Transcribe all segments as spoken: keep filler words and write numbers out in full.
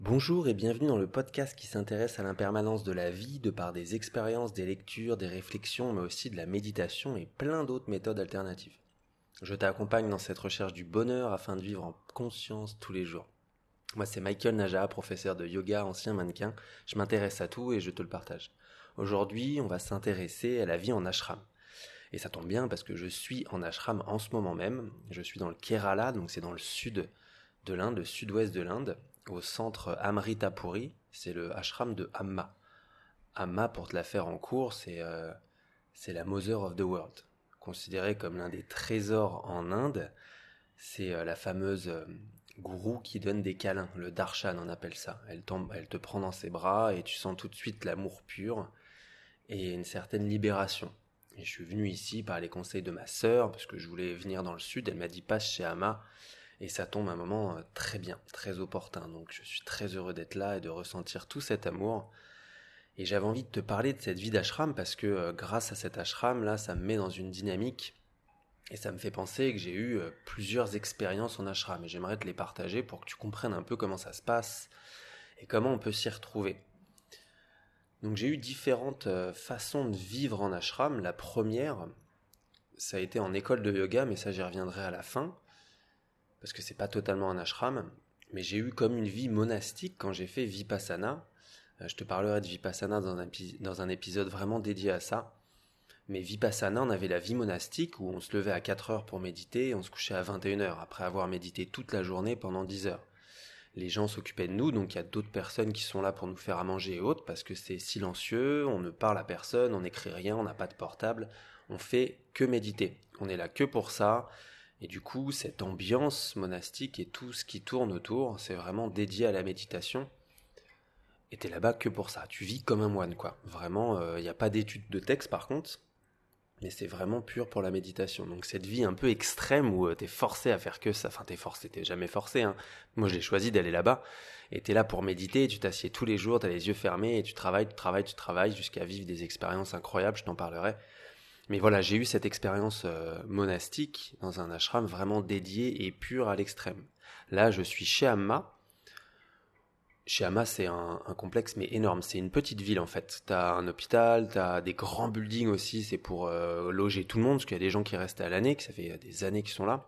Bonjour et bienvenue dans le podcast qui s'intéresse à l'impermanence de la vie de par des expériences, des lectures, des réflexions, mais aussi de la méditation et plein d'autres méthodes alternatives. Je t'accompagne dans cette recherche du bonheur afin de vivre en conscience tous les jours. Moi c'est Michael Naja, professeur de yoga, ancien mannequin, je m'intéresse à tout et je te le partage. Aujourd'hui on va s'intéresser à la vie en ashram. Et ça tombe bien parce que je suis en ashram en ce moment même, je suis dans le Kerala, donc c'est dans le sud de l'Inde, le sud-ouest de l'Inde, au centre Amritapuri, c'est le ashram de Amma. Amma, pour te la faire en cours, c'est, euh, c'est la Mother of the World. Considérée comme l'un des trésors en Inde, c'est euh, la fameuse euh, gourou qui donne des câlins, le darshan on appelle ça. Elle, tombe, elle te prend dans ses bras et tu sens tout de suite l'amour pur et une certaine libération. Et je suis venu ici par les conseils de ma sœur, parce que je voulais venir dans le sud, elle m'a dit passe chez Amma. Et ça tombe à un moment très bien, très opportun. Donc je suis très heureux d'être là et de ressentir tout cet amour. Et j'avais envie de te parler de cette vie d'ashram parce que euh, grâce à cet ashram, là, ça me met dans une dynamique. Et ça me fait penser que j'ai eu euh, plusieurs expériences en ashram. Et j'aimerais te les partager pour que tu comprennes un peu comment ça se passe et comment on peut s'y retrouver. Donc j'ai eu différentes euh, façons de vivre en ashram. La première, ça a été en école de yoga, mais ça j'y reviendrai à la fin. Parce que c'est pas totalement un ashram, mais j'ai eu comme une vie monastique quand j'ai fait Vipassana. Euh, je te parlerai de Vipassana dans un, dans un épisode vraiment dédié à ça. Mais Vipassana, on avait la vie monastique où on se levait à quatre heures pour méditer et on se couchait à vingt et une heures après avoir médité toute la journée pendant dix heures. Les gens s'occupaient de nous, donc il y a d'autres personnes qui sont là pour nous faire à manger et autres, parce que c'est silencieux, on ne parle à personne, on n'écrit rien, on n'a pas de portable, on fait que méditer. On est là que pour ça. Et du coup, cette ambiance monastique et tout ce qui tourne autour, c'est vraiment dédié à la méditation. Et t'es là-bas que pour ça. Tu vis comme un moine, quoi. Vraiment, il euh, n'y a pas d'étude de texte, par contre. Mais c'est vraiment pur pour la méditation. Donc cette vie un peu extrême où euh, t'es forcé à faire que ça. Enfin, t'es forcé, t'es jamais forcé, hein. Moi, j'ai choisi d'aller là-bas. Et t'es là pour méditer, tu t'assieds tous les jours, t'as les yeux fermés, et tu travailles, tu travailles, tu travailles, jusqu'à vivre des expériences incroyables, je t'en parlerai. Mais voilà, j'ai eu cette expérience euh, monastique dans un ashram vraiment dédié et pur à l'extrême. Là, je suis chez Amma. Chez Amma, c'est un, un complexe mais énorme. C'est une petite ville en fait. T'as un hôpital, t'as des grands buildings aussi. C'est pour euh, loger tout le monde parce qu'il y a des gens qui restent à l'année, que ça fait des années qu'ils sont là.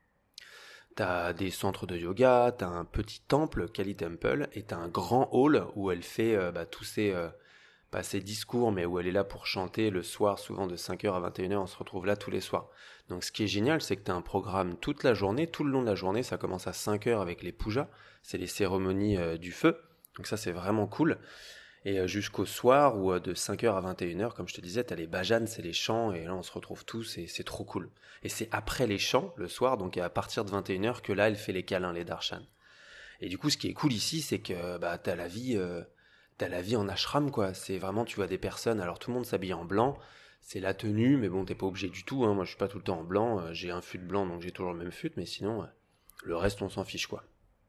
T'as des centres de yoga, t'as un petit temple, Kali Temple, et t'as un grand hall où elle fait euh, bah, tous ces euh, pas ses discours, mais où elle est là pour chanter le soir, souvent de cinq heures à vingt et une heures, on se retrouve là tous les soirs. Donc ce qui est génial, c'est que tu as un programme toute la journée, tout le long de la journée, ça commence à cinq heures avec les pujas, c'est les cérémonies euh, du feu, donc ça c'est vraiment cool. Et euh, jusqu'au soir, où euh, de cinq heures à vingt et une heures, comme je te disais, tu as les bhajanes, c'est les chants, et là on se retrouve tous, et c'est trop cool. Et c'est après les chants, le soir, donc à partir de vingt et une heures, que là elle fait les câlins, les darshan. Et du coup, ce qui est cool ici, c'est que bah, tu as la vie... Euh, T'as la vie en ashram, quoi. C'est vraiment, tu vois des personnes, alors tout le monde s'habille en blanc, c'est la tenue, mais bon, t'es pas obligé du tout, hein. Moi, je suis pas tout le temps en blanc, euh, j'ai un fut blanc, donc j'ai toujours le même fut, mais sinon, euh, le reste, on s'en fiche, quoi.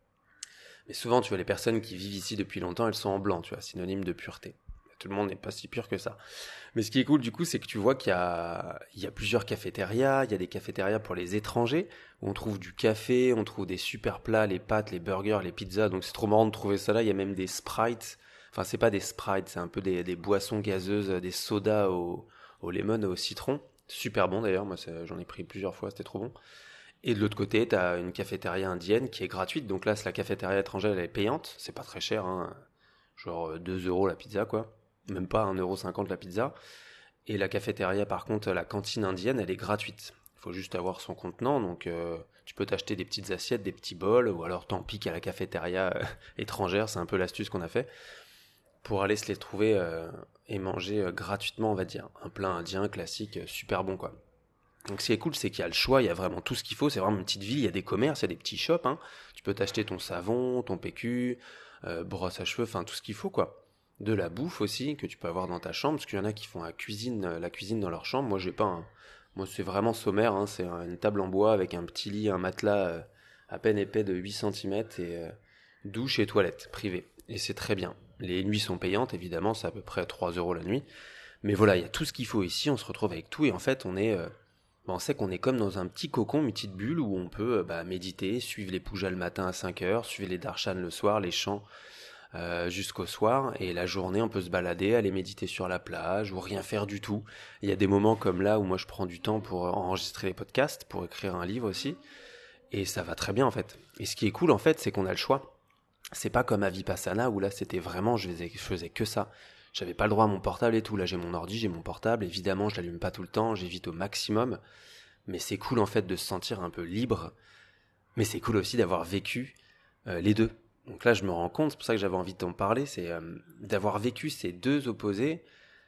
Mais souvent, tu vois, les personnes qui vivent ici depuis longtemps, elles sont en blanc, tu vois, synonyme de pureté. Tout le monde n'est pas si pur que ça. Mais ce qui est cool, du coup, c'est que tu vois qu'il y a, il y a plusieurs cafétérias, il y a des cafétérias pour les étrangers, où on trouve du café, on trouve des super plats, les pâtes, les burgers, les pizzas, donc c'est trop marrant de trouver ça là, il y a même des Sprites. Enfin, c'est pas des Sprites, c'est un peu des, des boissons gazeuses, des sodas au, au lemon et au citron. Super bon d'ailleurs, moi j'en ai pris plusieurs fois, c'était trop bon. Et de l'autre côté, t'as une cafétéria indienne qui est gratuite, donc là, c'est la cafétéria étrangère, elle est payante, c'est pas très cher, hein. Genre deux euros la pizza, quoi. Même pas un euro cinquante la pizza. Et la cafétéria, par contre, la cantine indienne, elle est gratuite. Il faut juste avoir son contenant, donc euh, tu peux t'acheter des petites assiettes, des petits bols, ou alors t'en piques à la cafétéria euh, étrangère, c'est un peu l'astuce qu'on a fait, pour aller se les trouver euh, et manger euh, gratuitement, on va dire. Un plat indien classique, euh, super bon, quoi. Donc ce qui est cool, c'est qu'il y a le choix, il y a vraiment tout ce qu'il faut, c'est vraiment une petite ville, il y a des commerces, il y a des petits shops, hein. Tu peux t'acheter ton savon, ton P Q, euh, brosse à cheveux, enfin tout ce qu'il faut, quoi. De la bouffe aussi, que tu peux avoir dans ta chambre, parce qu'il y en a qui font la cuisine, euh, la cuisine dans leur chambre, moi j'ai pas un... Moi c'est vraiment sommaire, hein. C'est une table en bois avec un petit lit, un matelas euh, à peine épais de huit centimètres et euh, douche et toilette privée. Et c'est très bien. Les nuits sont payantes, évidemment, c'est à peu près trois euros la nuit. Mais voilà, il y a tout ce qu'il faut ici, on se retrouve avec tout, et en fait on est... Euh, bah, on sait qu'on est comme dans un petit cocon, une petite bulle où on peut bah, méditer, suivre les pujas le matin à cinq heures, suivre les darshan le soir, les chants euh, jusqu'au soir, et la journée on peut se balader, aller méditer sur la plage ou rien faire du tout. Il y a des moments comme là où moi je prends du temps pour enregistrer les podcasts, pour écrire un livre aussi, et ça va très bien en fait. Et ce qui est cool en fait, c'est qu'on a le choix. C'est pas comme à Vipassana où là c'était vraiment, je faisais, je faisais que ça. J'avais pas le droit à mon portable et tout. Là j'ai mon ordi, j'ai mon portable, évidemment je l'allume pas tout le temps, j'évite au maximum. Mais c'est cool en fait de se sentir un peu libre. Mais c'est cool aussi d'avoir vécu euh, les deux. Donc là je me rends compte, c'est pour ça que j'avais envie de t'en parler, c'est euh, d'avoir vécu ces deux opposés.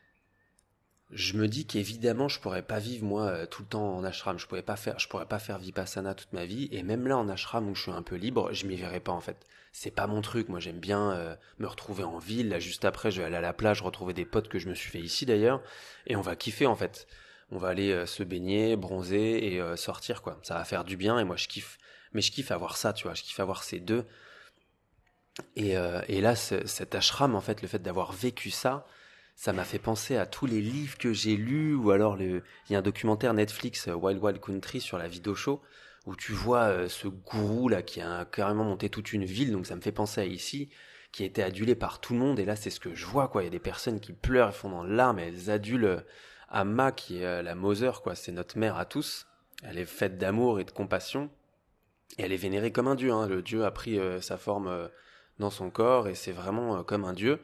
Je me dis qu'évidemment je pourrais pas vivre moi euh, tout le temps en ashram, je pourrais pas faire je pourrais pas faire Vipassana toute ma vie, et même là en ashram où je suis un peu libre, je m'y verrais pas en fait. C'est pas mon truc, moi j'aime bien euh, me retrouver en ville, là juste après je vais aller à la plage retrouver des potes que je me suis fait ici d'ailleurs, et on va kiffer en fait. On va aller euh, se baigner, bronzer et euh, sortir quoi. Ça va faire du bien et moi je kiffe. Mais je kiffe avoir ça, tu vois, je kiffe avoir ces deux. Et, euh, et là ce- cet ashram en fait, le fait d'avoir vécu ça, ça m'a fait penser à tous les livres que j'ai lus, ou alors le... il y a un documentaire Netflix, euh, Wild Wild Country, sur la vie d'Osho, où tu vois euh, ce gourou là qui a carrément monté toute une ville, donc ça me fait penser à ici, qui a été adulé par tout le monde, et là c'est ce que je vois, quoi. Il y a des personnes qui pleurent, elles font dans les larmes, et elles adulent euh, Amma, qui est euh, la Mother, quoi, c'est notre mère à tous. Elle est faite d'amour et de compassion, et elle est vénérée comme un dieu, hein. Le dieu a pris euh, sa forme euh, dans son corps, et c'est vraiment euh, comme un dieu.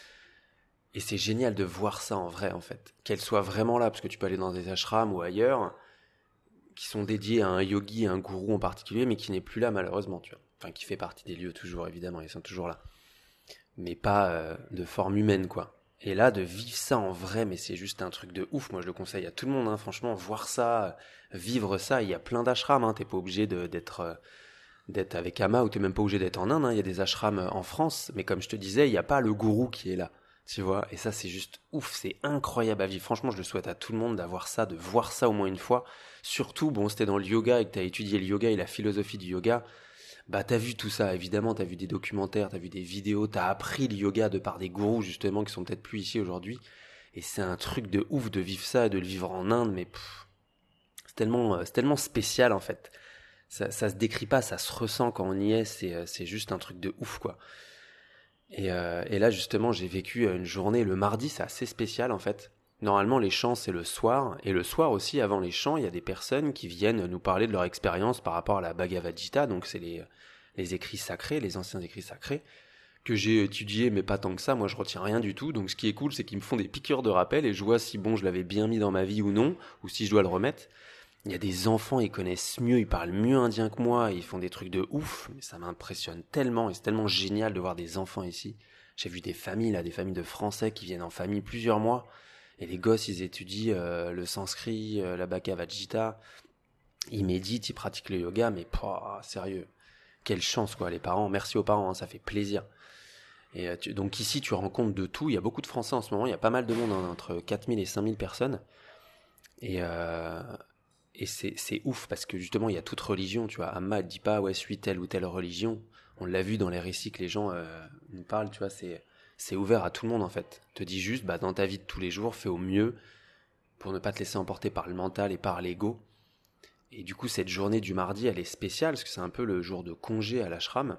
Et c'est génial de voir ça en vrai, en fait. Qu'elle soit vraiment là, parce que tu peux aller dans des ashrams ou ailleurs, qui sont dédiés à un yogi, à un gourou en particulier, mais qui n'est plus là, malheureusement, tu vois. Enfin, qui fait partie des lieux, toujours, évidemment, ils sont toujours là. Mais pas euh, de forme humaine, quoi. Et là, de vivre ça en vrai, mais c'est juste un truc de ouf. Moi, je le conseille à tout le monde, hein, franchement, voir ça, vivre ça. Il y a plein d'ashrams, hein. T'es pas obligé de, d'être, euh, d'être avec Amma, ou t'es même pas obligé d'être en Inde, hein. Il y a des ashrams euh, en France, mais comme je te disais, il n'y a pas le gourou qui est là. Tu vois, et ça c'est juste ouf, c'est incroyable à vivre. Franchement, je le souhaite à tout le monde d'avoir ça, de voir ça au moins une fois. Surtout, bon, si t'es dans le yoga et que t'as étudié le yoga et la philosophie du yoga, bah t'as vu tout ça, évidemment, t'as vu des documentaires, t'as vu des vidéos, t'as appris le yoga de par des gourous justement qui sont peut-être plus ici aujourd'hui. Et c'est un truc de ouf de vivre ça, de le vivre en Inde, mais pff, c'est tellement, euh, c'est tellement spécial en fait. Ça, ça se décrit pas, ça se ressent quand on y est, c'est, euh, c'est juste un truc de ouf quoi. Et, euh, et là, justement, j'ai vécu une journée, le mardi, c'est assez spécial en fait. Normalement, les chants, c'est le soir. Et le soir aussi, avant les chants, il y a des personnes qui viennent nous parler de leur expérience par rapport à la Bhagavad Gita. Donc, c'est les, les écrits sacrés, les anciens écrits sacrés, que j'ai étudiés, mais pas tant que ça. Moi, je retiens rien du tout. Donc, ce qui est cool, c'est qu'ils me font des piqûres de rappel et je vois si, bon, je l'avais bien mis dans ma vie ou non, ou si je dois le remettre. Il y a des enfants, ils connaissent mieux, ils parlent mieux indien que moi, ils font des trucs de ouf, mais ça m'impressionne tellement, et c'est tellement génial de voir des enfants ici. J'ai vu des familles, là, des familles de Français qui viennent en famille plusieurs mois, et les gosses, ils étudient euh, le sanskrit, euh, la Bhagavad Gita, ils méditent, ils pratiquent le yoga, mais pouah, sérieux, quelle chance, quoi, les parents, merci aux parents, hein, ça fait plaisir. Et euh, tu, donc ici, tu rencontres de tout, il y a beaucoup de Français en ce moment, il y a pas mal de monde, hein, entre quatre mille et cinq mille personnes, et... Euh, Et c'est, c'est ouf parce que justement il y a toute religion, tu vois. Amma elle dit pas ouais suis telle ou telle religion. On l'a vu dans les récits que les gens euh, nous parlent, tu vois. C'est, c'est ouvert à tout le monde en fait. Te dis juste bah dans ta vie de tous les jours fais au mieux pour ne pas te laisser emporter par le mental et par l'ego. Et du coup cette journée du mardi elle est spéciale parce que c'est un peu le jour de congé à l'ashram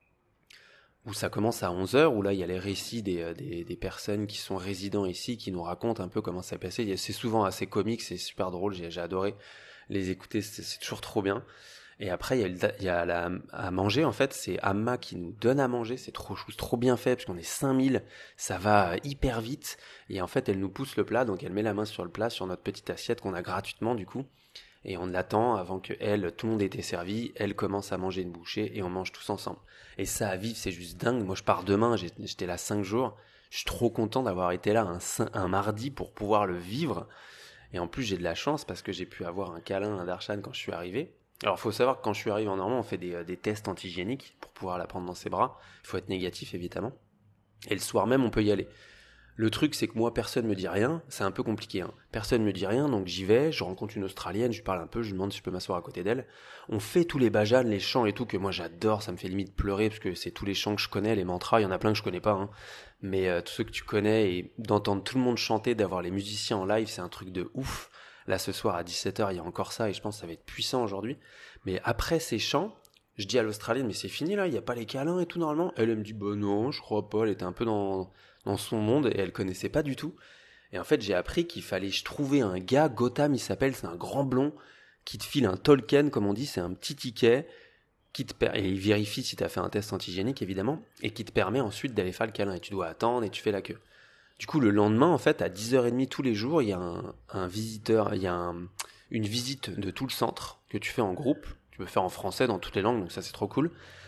où ça commence à onze heures, où là il y a les récits des, des, des personnes qui sont résidents ici qui nous racontent un peu comment ça s'est passé. C'est souvent assez comique, c'est super drôle, j'ai, j'ai adoré les écouter, c'est, c'est toujours trop bien. Et après, il y a, le, il y a la, à manger, en fait, c'est Amma qui nous donne à manger, c'est trop chou, trop bien fait, parce qu'on est cinq mille, ça va hyper vite, et en fait, elle nous pousse le plat, donc elle met la main sur le plat, sur notre petite assiette qu'on a gratuitement, du coup, et on l'attend avant que elle, tout le monde ait été servi, elle commence à manger une bouchée, et on mange tous ensemble. Et ça à vivre, c'est juste dingue. Moi, je pars demain, j'étais là cinq jours, je suis trop content d'avoir été là un, un mardi pour pouvoir le vivre. Et en plus, j'ai de la chance parce que j'ai pu avoir un câlin à Darshan quand je suis arrivé. Alors, il faut savoir que quand je suis arrivé en Normandie, on fait des, des tests antigéniques pour pouvoir la prendre dans ses bras. Il faut être négatif, évidemment. Et le soir même, on peut y aller. Le truc, c'est que moi, personne me dit rien. C'est un peu compliqué, hein. Personne me dit rien, donc j'y vais. Je rencontre une Australienne, je lui parle un peu, je lui demande si je peux m'asseoir à côté d'elle. On fait tous les bhajanes, les chants et tout, que moi j'adore. Ça me fait limite pleurer parce que c'est tous les chants que je connais, les mantras. Il y en a plein que je connais pas, hein. Mais euh, tous ceux que tu connais, et d'entendre tout le monde chanter, d'avoir les musiciens en live, c'est un truc de ouf. Là, ce soir, à dix-sept heures, il y a encore ça, et je pense que ça va être puissant aujourd'hui. Mais après ces chants, je dis à l'Australienne, mais c'est fini là, il n'y a pas les câlins et tout normalement. Elle, elle me dit, bah non, je crois pas, elle était un peu dans, dans son monde, et elle connaissait pas du tout. Et en fait, j'ai appris qu'il fallait trouver un gars, Gotham il s'appelle, c'est un grand blond, qui te file un Tolkien, comme on dit, c'est un petit ticket, qui te per... et il vérifie si tu as fait un test antigénique, évidemment, et qui te permet ensuite d'aller faire le câlin. Et tu dois attendre et tu fais la queue. Du coup, le lendemain, en fait, à dix heures trente tous les jours, il y a un, un visiteur, il y a un, une visite de tout le centre que tu fais en groupe. Tu peux faire en français dans toutes les langues, donc ça, c'est trop cool.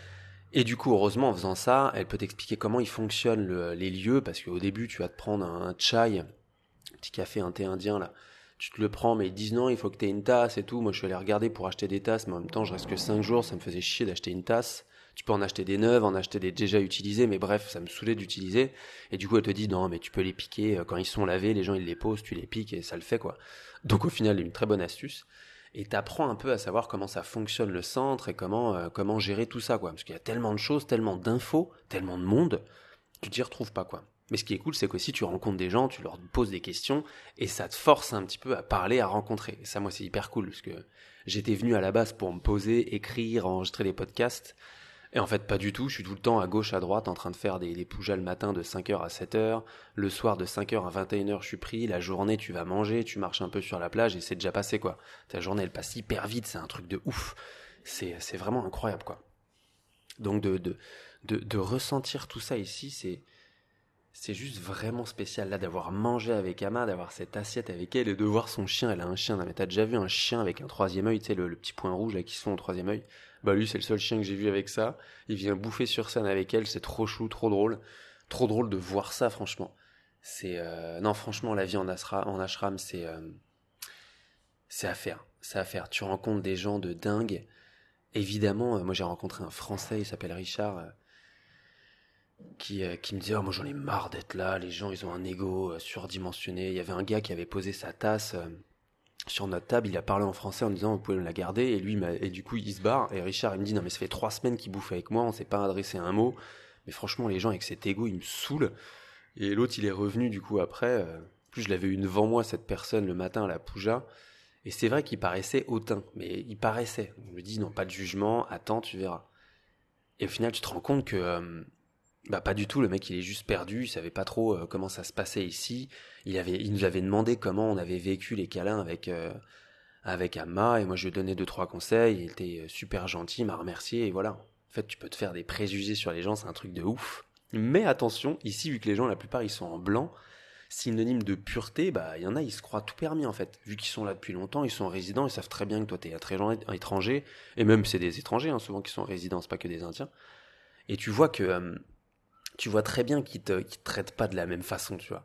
Et du coup, heureusement, en faisant ça, elle peut t'expliquer comment ils fonctionnent le, les lieux, parce qu'au début, tu vas te prendre un chai, un petit café, un thé indien, là. Tu te le prends, mais ils disent non, il faut que tu aies une tasse et tout. Moi, je suis allé regarder pour acheter des tasses, mais en même temps, je reste que cinq jours, ça me faisait chier d'acheter une tasse. Tu peux en acheter des neuves, en acheter des déjà utilisées, mais bref, ça me saoulait d'utiliser. Et du coup, elle te dit non, mais tu peux les piquer. Quand ils sont lavés, les gens, ils les posent, tu les piques et ça le fait, quoi. Donc, au final, une très bonne astuce. Et t'apprends un peu à savoir comment ça fonctionne le centre et comment, euh, comment gérer tout ça, quoi. Parce qu'il y a tellement de choses, tellement d'infos, tellement de monde, tu t'y retrouves pas, quoi. Mais ce qui est cool, c'est qu'aussi tu rencontres des gens, tu leur poses des questions et ça te force un petit peu à parler, à rencontrer. Et ça, moi, c'est hyper cool parce que j'étais venu à la base pour me poser, écrire, enregistrer des podcasts. Et en fait, pas du tout. Je suis tout le temps à gauche, à droite, en train de faire des, des poujas le matin de cinq heures à sept heures. Le soir, de cinq heures à vingt et une heures, je suis pris. La journée, tu vas manger, tu marches un peu sur la plage et c'est déjà passé, quoi. Ta journée, elle passe hyper vite. C'est un truc de ouf. C'est, c'est vraiment incroyable, quoi. Donc, de, de, de, de ressentir tout ça ici, c'est, c'est juste vraiment spécial, là, d'avoir mangé avec Ama, d'avoir cette assiette avec elle et de voir son chien. Elle a un chien. Non, mais t'as déjà vu un chien avec un troisième œil, tu sais, le, le petit point rouge, là, qui se fond au troisième œil? Bah, lui, c'est le seul chien que j'ai vu avec ça. Il vient bouffer sur scène avec elle. C'est trop chou, trop drôle. Trop drôle de voir ça, franchement. C'est, euh... non, franchement, la vie en, asra... en ashram, c'est, euh... c'est à faire. C'est à faire. Tu rencontres des gens de dingue. Évidemment, euh, moi, j'ai rencontré un Français, il s'appelle Richard, euh, qui, euh, qui me disait, oh, moi j'en ai marre d'être là, les gens ils ont un ego euh, surdimensionné. Il y avait un gars qui avait posé sa tasse euh, sur notre table, il a parlé en français en disant vous pouvez me la garder, et lui m'a- et du coup il se barre, et Richard il me dit non mais ça fait trois semaines qu'il bouffe avec moi, on s'est pas adressé un mot, mais franchement les gens avec cet ego ils me saoulent. Et l'autre il est revenu du coup après, euh, en plus je l'avais eu devant moi cette personne le matin à la Pouja, et c'est vrai qu'il paraissait hautain, mais il paraissait. On me dit non pas de jugement, attends tu verras. Et au final tu te rends compte que euh, bah pas du tout, le mec il est juste perdu, il savait pas trop euh, comment ça se passait ici. Il avait, il nous avait demandé comment on avait vécu les câlins avec euh, avec Amma, et moi je lui ai donné deux trois conseils, il était euh, super gentil, il m'a remercié et voilà. En fait, tu peux te faire des préjugés sur les gens, c'est un truc de ouf. Mais attention, ici vu que les gens la plupart ils sont en blanc, synonyme de pureté, bah il y en a ils se croient tout permis en fait. Vu qu'ils sont là depuis longtemps, ils sont résidents, ils savent très bien que toi t'es un étranger, et même c'est des étrangers hein, souvent qui sont résidents, c'est pas que des Indiens. Et tu vois que euh, tu vois très bien qu'ils te, qu'ils te traitent pas de la même façon, tu vois.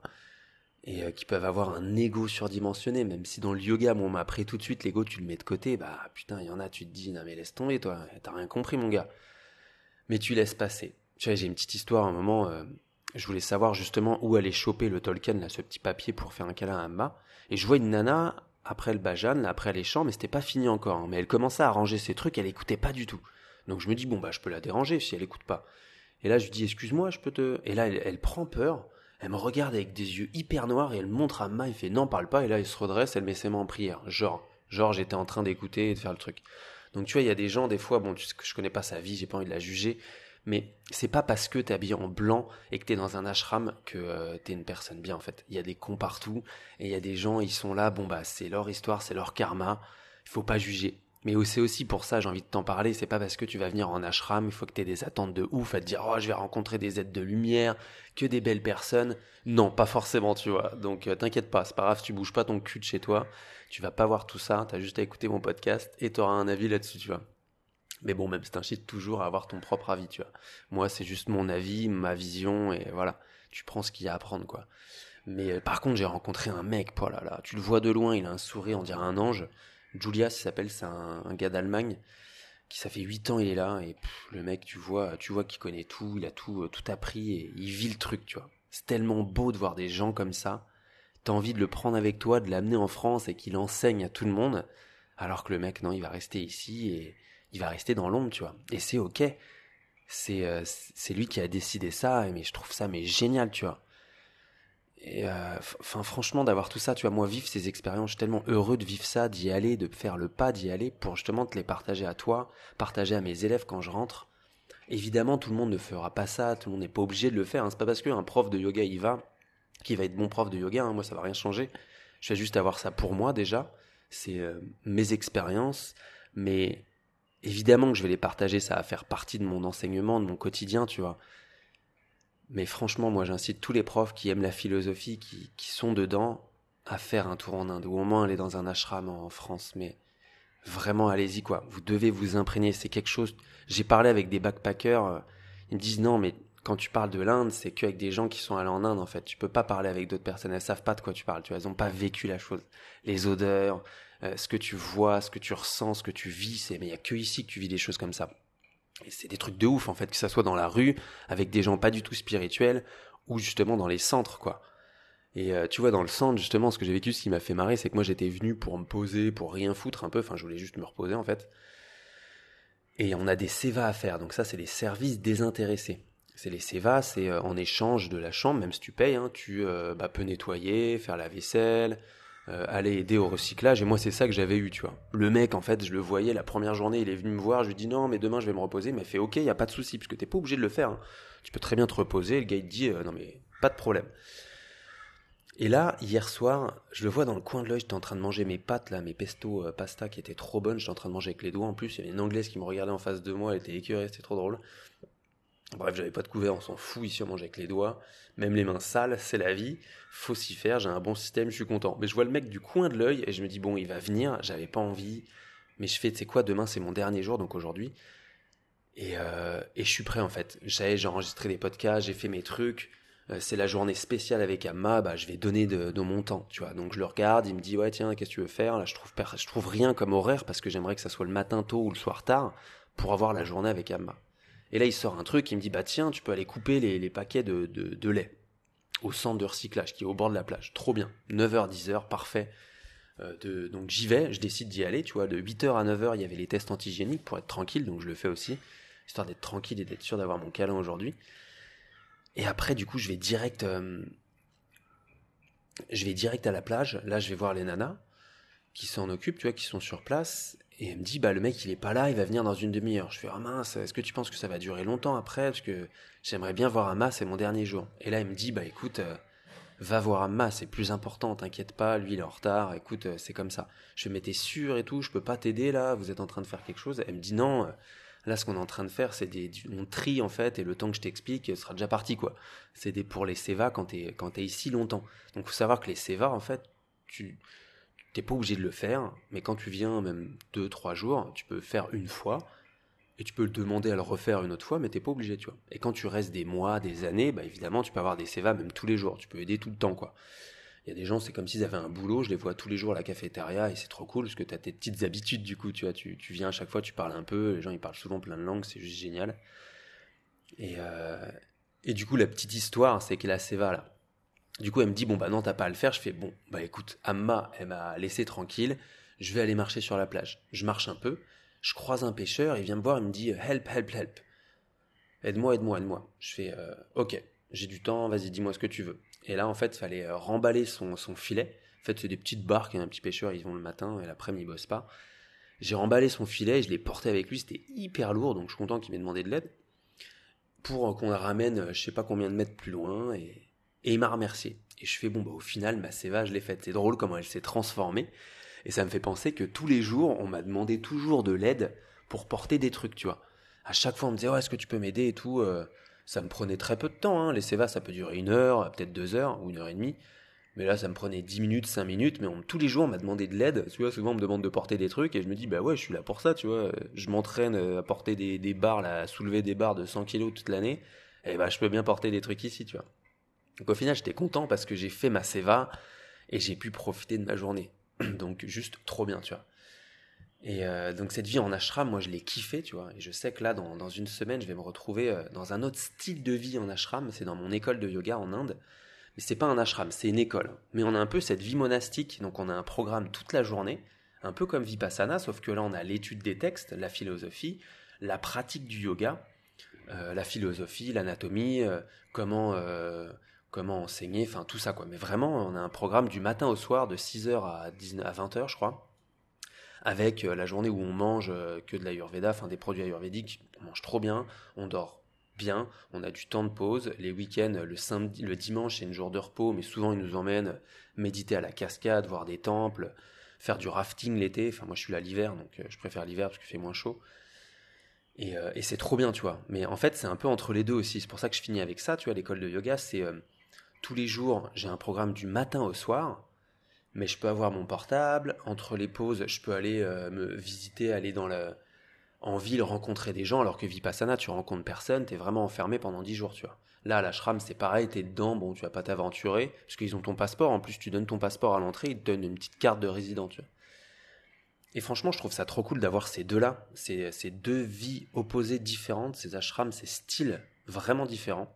Et euh, qu'ils peuvent avoir un ego surdimensionné, même si dans le yoga, bon, on m'a appris tout de suite, l'ego, tu le mets de côté, bah putain, il y en a, tu te dis, non mais laisse tomber, toi, t'as rien compris, mon gars. Mais tu laisses passer. Tu vois, j'ai une petite histoire, à un moment, euh, je voulais savoir justement où aller choper le Tolkien, là, ce petit papier pour faire un câlin à Amma, et je vois une nana, après le Bajan, après les chants, mais c'était pas fini encore, hein, mais elle commençait à ranger ses trucs, elle écoutait pas du tout. Donc je me dis, bon, bah je peux la déranger si elle écoute pas. Et là, je lui dis, excuse-moi, je peux te... Et là, elle, elle prend peur, elle me regarde avec des yeux hyper noirs et elle montre à Ma, il fait, non, parle pas, et là, elle se redresse, elle met ses mains en prière. Genre, genre, j'étais en train d'écouter et de faire le truc. Donc, tu vois, il y a des gens, des fois, bon, tu sais que je connais pas sa vie, j'ai pas envie de la juger, mais c'est pas parce que t'es habillé en blanc et que t'es dans un ashram que euh, t'es une personne bien, en fait. Il y a des cons partout, et il y a des gens, ils sont là, bon, bah, c'est leur histoire, c'est leur karma, il faut pas juger. Mais c'est aussi pour ça, j'ai envie de t'en parler, c'est pas parce que tu vas venir en ashram, il faut que tu aies des attentes de ouf, à te dire « Oh, je vais rencontrer des êtres de lumière, que des belles personnes. » Non, pas forcément, tu vois. Donc euh, t'inquiète pas, c'est pas grave, tu bouges pas ton cul de chez toi, tu vas pas voir tout ça, t'as juste à écouter mon podcast et t'auras un avis là-dessus, tu vois. Mais bon, même je t'incite toujours à avoir ton propre avis, tu vois. Moi, c'est juste mon avis, ma vision, et voilà. Tu prends ce qu'il y a à prendre, quoi. Mais euh, par contre, j'ai rencontré un mec, oh là là, tu le vois de loin, il a un sourire, on dirait un ange. Julias, il s'appelle, c'est un, un gars d'Allemagne, qui ça fait huit ans, il est là, et pff, le mec, tu vois, tu vois qu'il connaît tout, il a tout, euh, tout appris, et il vit le truc, tu vois. C'est tellement beau de voir des gens comme ça. T'as envie de le prendre avec toi, de l'amener en France, et qu'il enseigne à tout le monde, alors que le mec, non, il va rester ici, et il va rester dans l'ombre, tu vois. Et c'est ok. C'est, euh, c'est lui qui a décidé ça, mais je trouve ça mais génial, tu vois. Et euh, enfin, franchement, d'avoir tout ça, tu vois, moi, vivre ces expériences, je suis tellement heureux de vivre ça, d'y aller, de faire le pas d'y aller pour justement te les partager à toi, partager à mes élèves quand je rentre. Évidemment, tout le monde ne fera pas ça, tout le monde n'est pas obligé de le faire. Hein. C'est pas parce qu'un prof de yoga y va qui va être bon prof de yoga. Hein. Moi, ça va rien changer. Je vais juste avoir ça pour moi déjà. C'est euh, mes expériences, mais évidemment que je vais les partager. Ça va faire partie de mon enseignement, de mon quotidien, tu vois. Mais franchement, moi, j'incite tous les profs qui aiment la philosophie, qui, qui sont dedans, à faire un tour en Inde, ou au moins aller dans un ashram en France. Mais vraiment, allez-y, quoi. Vous devez vous imprégner. C'est quelque chose. J'ai parlé avec des backpackers. euh, Ils me disent non, mais quand tu parles de l'Inde, c'est qu'avec des gens qui sont allés en Inde, en fait. Tu peux pas parler avec d'autres personnes. Elles savent pas de quoi tu parles. Tu vois, elles ont pas vécu la chose. Les odeurs, euh, ce que tu vois, ce que tu ressens, ce que tu vis. C'est, mais il y a que ici que tu vis des choses comme ça. Et c'est des trucs de ouf, en fait, que ça soit dans la rue, avec des gens pas du tout spirituels, ou justement dans les centres, quoi. Et euh, tu vois, dans le centre, justement, ce que j'ai vécu, ce qui m'a fait marrer, c'est que moi, j'étais venu pour me poser, pour rien foutre un peu, enfin, je voulais juste me reposer, en fait. Et on a des sévas à faire, donc ça, c'est les services désintéressés. C'est les sévas, c'est euh, en échange de la chambre, même si tu payes, hein, tu euh, bah, peux nettoyer, faire la vaisselle, euh, aller aider au recyclage, et moi, c'est ça que j'avais eu, tu vois. Le mec, en fait, je le voyais, la première journée, il est venu me voir, je lui dis non, mais demain, je vais me reposer, mais il fait ok, il n'y a pas de souci, parce que t'es pas obligé de le faire, hein. Tu peux très bien te reposer, le gars, il te dit euh, non, mais pas de problème. Et là, hier soir, je le vois dans le coin de l'œil, j'étais en train de manger mes pâtes, là, mes pesto euh, pasta qui étaient trop bonnes, j'étais en train de manger avec les doigts en plus, il y avait une Anglaise qui me regardait en face de moi, elle était écœurée, c'était trop drôle. Bref, j'avais pas de couvert, on s'en fout ici, on mange avec les doigts, même les mains sales, c'est la vie, faut s'y faire, j'ai un bon système, je suis content. Mais je vois le mec du coin de l'œil et je me dis, bon, il va venir, j'avais pas envie, mais je fais, tu sais quoi, demain c'est mon dernier jour, donc aujourd'hui, et, euh, et je suis prêt en fait. J'ai, j'ai enregistré des podcasts, j'ai fait mes trucs. Euh, c'est la journée spéciale avec Amma, bah, je vais donner de, de mon temps, tu vois. Donc je le regarde, il me dit ouais tiens qu'est-ce que tu veux faire? Là je trouve per- je trouve rien comme horaire parce que j'aimerais que ça soit le matin tôt ou le soir tard pour avoir la journée avec Amma. Et là il sort un truc, il me dit bah tiens tu peux aller couper les, les paquets de, de, de lait au centre de recyclage qui est au bord de la plage. Trop bien. neuf heures dix heures parfait. Euh, de, donc j'y vais, je décide d'y aller, tu vois, de huit heures à neuf heures il y avait les tests antigéniques pour être tranquille, donc je le fais aussi, histoire d'être tranquille et d'être sûr d'avoir mon câlin aujourd'hui. Et après, du coup, je vais direct, euh, je vais direct à la plage, là je vais voir les nanas qui s'en occupent, tu vois, qui sont sur place, et elle me dit, bah le mec il est pas là, il va venir dans une demi-heure. Je fais, ah mince, est-ce que tu penses que ça va durer longtemps après? Parce que j'aimerais bien voir Amma, c'est mon dernier jour. Et là elle me dit, bah écoute, euh, va voir Amma, c'est plus important, t'inquiète pas, lui il est en retard, écoute, euh, c'est comme ça. Je me mettais sûr et tout, je peux pas t'aider là, vous êtes en train de faire quelque chose. Elle me dit non, euh, là ce qu'on est en train de faire, c'est des, du- on trie en fait, et le temps que je t'explique euh, sera déjà parti quoi. C'est des pour les sévas quand t'es, quand t'es ici longtemps. Donc faut savoir que les sévas en fait, tu t'es pas obligé de le faire, mais quand tu viens même deux, trois jours, tu peux faire une fois, et tu peux le demander à le refaire une autre fois, mais t'es pas obligé, tu vois. Et quand tu restes des mois, des années, bah évidemment, tu peux avoir des sévas même tous les jours. Tu peux aider tout le temps, quoi. Il y a des gens, c'est comme s'ils avaient un boulot, je les vois tous les jours à la cafétéria, et c'est trop cool, parce que t'as tes petites habitudes, du coup, tu vois. Tu, tu viens à chaque fois, tu parles un peu, les gens, ils parlent souvent plein de langues, c'est juste génial. Et, euh, et du coup, la petite histoire, c'est que la séva, là, du coup, elle me dit, bon, bah non, t'as pas à le faire. Je fais, bon, bah écoute, Amma, elle m'a laissé tranquille. Je vais aller marcher sur la plage. Je marche un peu. Je croise un pêcheur. Il vient me voir. Il me dit, help, help, help. Aide-moi, aide-moi, aide-moi. Je fais, euh, ok, j'ai du temps. Vas-y, dis-moi ce que tu veux. Et là, en fait, il fallait euh, remballer son, son filet. En fait, c'est des petites barques. Un petit pêcheur, ils vont le matin et l'après-midi, ils bossent pas. J'ai remballé son filet et je l'ai porté avec lui. C'était hyper lourd. Donc, je suis content qu'il m'ait demandé de l'aide pour qu'on la ramène, euh, je sais pas combien de mètres plus loin, et, et il m'a remercié. Et je fais, bon, bah, au final, ma séva, je l'ai faite. C'est drôle comment elle s'est transformée, et ça me fait penser que tous les jours, on m'a demandé toujours de l'aide pour porter des trucs, tu vois. À chaque fois, on me disait, ouais, est-ce que tu peux m'aider et tout. euh, ça me prenait très peu de temps, hein. Les sévas, ça peut durer une heure, peut-être deux heures, ou une heure et demie. Mais là, ça me prenait dix minutes, cinq minutes, mais on- tous les jours, on m'a demandé de l'aide. Tu vois, souvent, on me demande de porter des trucs, et je me dis, bah ouais, je suis là pour ça, tu vois. Je m'entraîne euh, à porter des, des barres, là, à soulever des barres de cent kilos toute l'année, et bah, je peux bien porter des trucs ici, tu vois. Donc au final, j'étais content parce que j'ai fait ma séva, et j'ai pu profiter de ma journée. Donc juste trop bien, tu vois. Et euh, donc cette vie en ashram, moi, je l'ai kiffé, tu vois. Et je sais que là, dans, dans une semaine, je vais me retrouver euh, dans un autre style de vie en ashram. C'est dans mon école de yoga en Inde. Mais c'est pas un ashram, c'est une école. Mais on a un peu cette vie monastique, donc on a un programme toute la journée, un peu comme Vipassana, sauf que là on a l'étude des textes, la philosophie, la pratique du yoga, euh, la philosophie, l'anatomie, euh, comment, euh, comment enseigner, enfin tout ça quoi. Mais vraiment, on a un programme du matin au soir de six heures à vingt heures, je crois, avec euh, la journée où on mange euh, que de l'ayurveda, enfin des produits ayurvédiques. On mange trop bien, on dort bien, on a du temps de pause. Les week-ends, le samedi, le dimanche, c'est une jour de repos, mais souvent ils nous emmènent méditer à la cascade, voir des temples, faire du rafting l'été. Enfin moi je suis là l'hiver, donc euh, je préfère l'hiver parce qu'il fait moins chaud. Et, euh, et c'est trop bien, tu vois. Mais en fait, c'est un peu entre les deux aussi. C'est pour ça que je finis avec ça, tu vois, l'école de yoga. C'est euh, tous les jours, j'ai un programme du matin au soir, mais je peux avoir mon portable. Entre les pauses, je peux aller euh, me visiter, aller dans la, en ville, rencontrer des gens, alors que Vipassana, tu rencontres personne, t'es vraiment enfermé pendant dix jours, tu vois. Là, à l'ashram, c'est pareil, t'es dedans, bon, tu vas pas t'aventurer, parce qu'ils ont ton passeport. En plus, tu donnes ton passeport à l'entrée, ils te donnent une petite carte de résident, tu vois. Et franchement, je trouve ça trop cool d'avoir ces deux-là, ces, ces deux vies opposées différentes, ces ashrams, ces styles vraiment différents.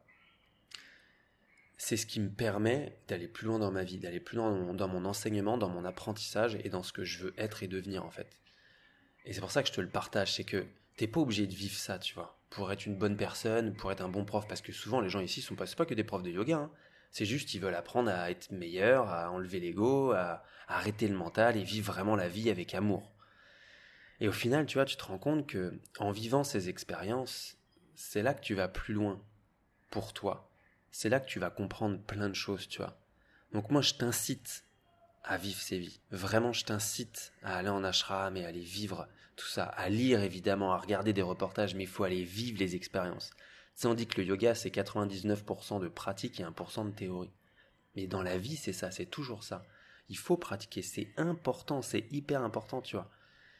C'est ce qui me permet d'aller plus loin dans ma vie, d'aller plus loin dans mon, dans mon enseignement, dans mon apprentissage et dans ce que je veux être et devenir en fait. Et c'est pour ça que je te le partage, c'est que t'es pas obligé de vivre ça, tu vois, pour être une bonne personne, pour être un bon prof, parce que souvent les gens ici sont pas, c'est pas que des profs de yoga, hein. C'est juste qu'ils veulent apprendre à être meilleurs, à enlever l'ego, à, à arrêter le mental et vivre vraiment la vie avec amour. Et au final, tu vois, tu te rends compte que en vivant ces expériences, c'est là que tu vas plus loin pour toi. C'est là que tu vas comprendre plein de choses, tu vois. Donc moi, je t'incite à vivre ces vies. Vraiment, je t'incite à aller en ashram et à aller vivre tout ça, à lire évidemment, à regarder des reportages, mais il faut aller vivre les expériences. Tu sais, on dit que le yoga, c'est quatre-vingt-dix-neuf pour cent de pratique et un pour cent de théorie. Mais dans la vie, c'est ça, c'est toujours ça. Il faut pratiquer, c'est important, c'est hyper important, tu vois.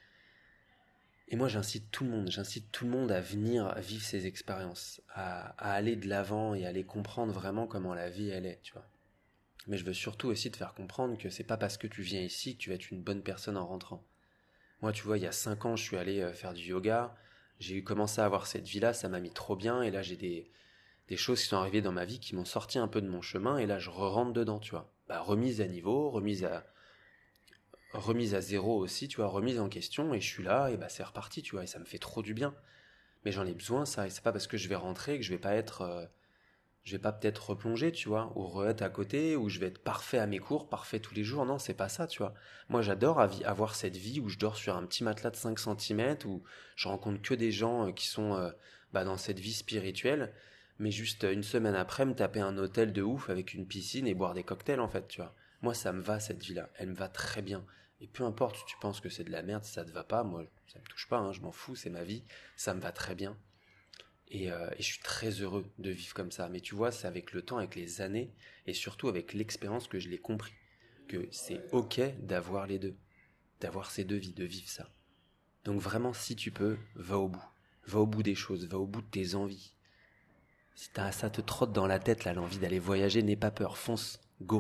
Et moi, j'incite tout le monde, j'incite tout le monde à venir vivre ces expériences, à, à aller de l'avant et à aller comprendre vraiment comment la vie, elle est, tu vois. Mais je veux surtout aussi te faire comprendre que c'est pas parce que tu viens ici que tu vas être une bonne personne en rentrant. Moi, tu vois, il y a cinq ans, je suis allé faire du yoga, j'ai eu commencé à avoir cette vie-là, ça m'a mis trop bien, et là, j'ai des, des choses qui sont arrivées dans ma vie qui m'ont sorti un peu de mon chemin, et là, je re-rentre dedans, tu vois. Bah, remise à niveau, remise à, remise à zéro aussi, tu vois, remise en question, et je suis là, et bah c'est reparti, tu vois, et ça me fait trop du bien. Mais j'en ai besoin, ça, et c'est pas parce que je vais rentrer que je vais pas être, euh, je vais pas peut-être replonger, tu vois, ou re-être à côté, ou je vais être parfait à mes cours, parfait tous les jours, non, c'est pas ça, tu vois. Moi, j'adore avoir cette vie où je dors sur un petit matelas de cinq centimètres, où je rencontre que des gens qui sont euh, bah, dans cette vie spirituelle, mais juste une semaine après, me taper un hôtel de ouf avec une piscine et boire des cocktails, en fait, tu vois. Moi, ça me va, cette vie-là, elle me va très bien. Et peu importe si tu penses que c'est de la merde, si ça te va pas, moi, ça me touche pas, hein, je m'en fous, c'est ma vie, ça me va très bien. Et, euh, et je suis très heureux de vivre comme ça. Mais tu vois, c'est avec le temps, avec les années, et surtout avec l'expérience que je l'ai compris. Que c'est ok d'avoir les deux. D'avoir ces deux vies, de vivre ça. Donc vraiment, si tu peux, va au bout. Va au bout des choses, va au bout de tes envies. Si t'as, ça te trotte dans la tête, là, l'envie d'aller voyager, n'aie pas peur, fonce, go.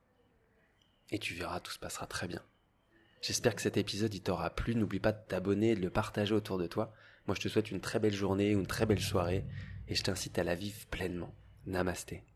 Et tu verras, tout se passera très bien. J'espère que cet épisode il t'aura plu. N'oublie pas de t'abonner et de le partager autour de toi. Moi, je te souhaite une très belle journée ou une très belle soirée et je t'incite à la vivre pleinement. Namasté.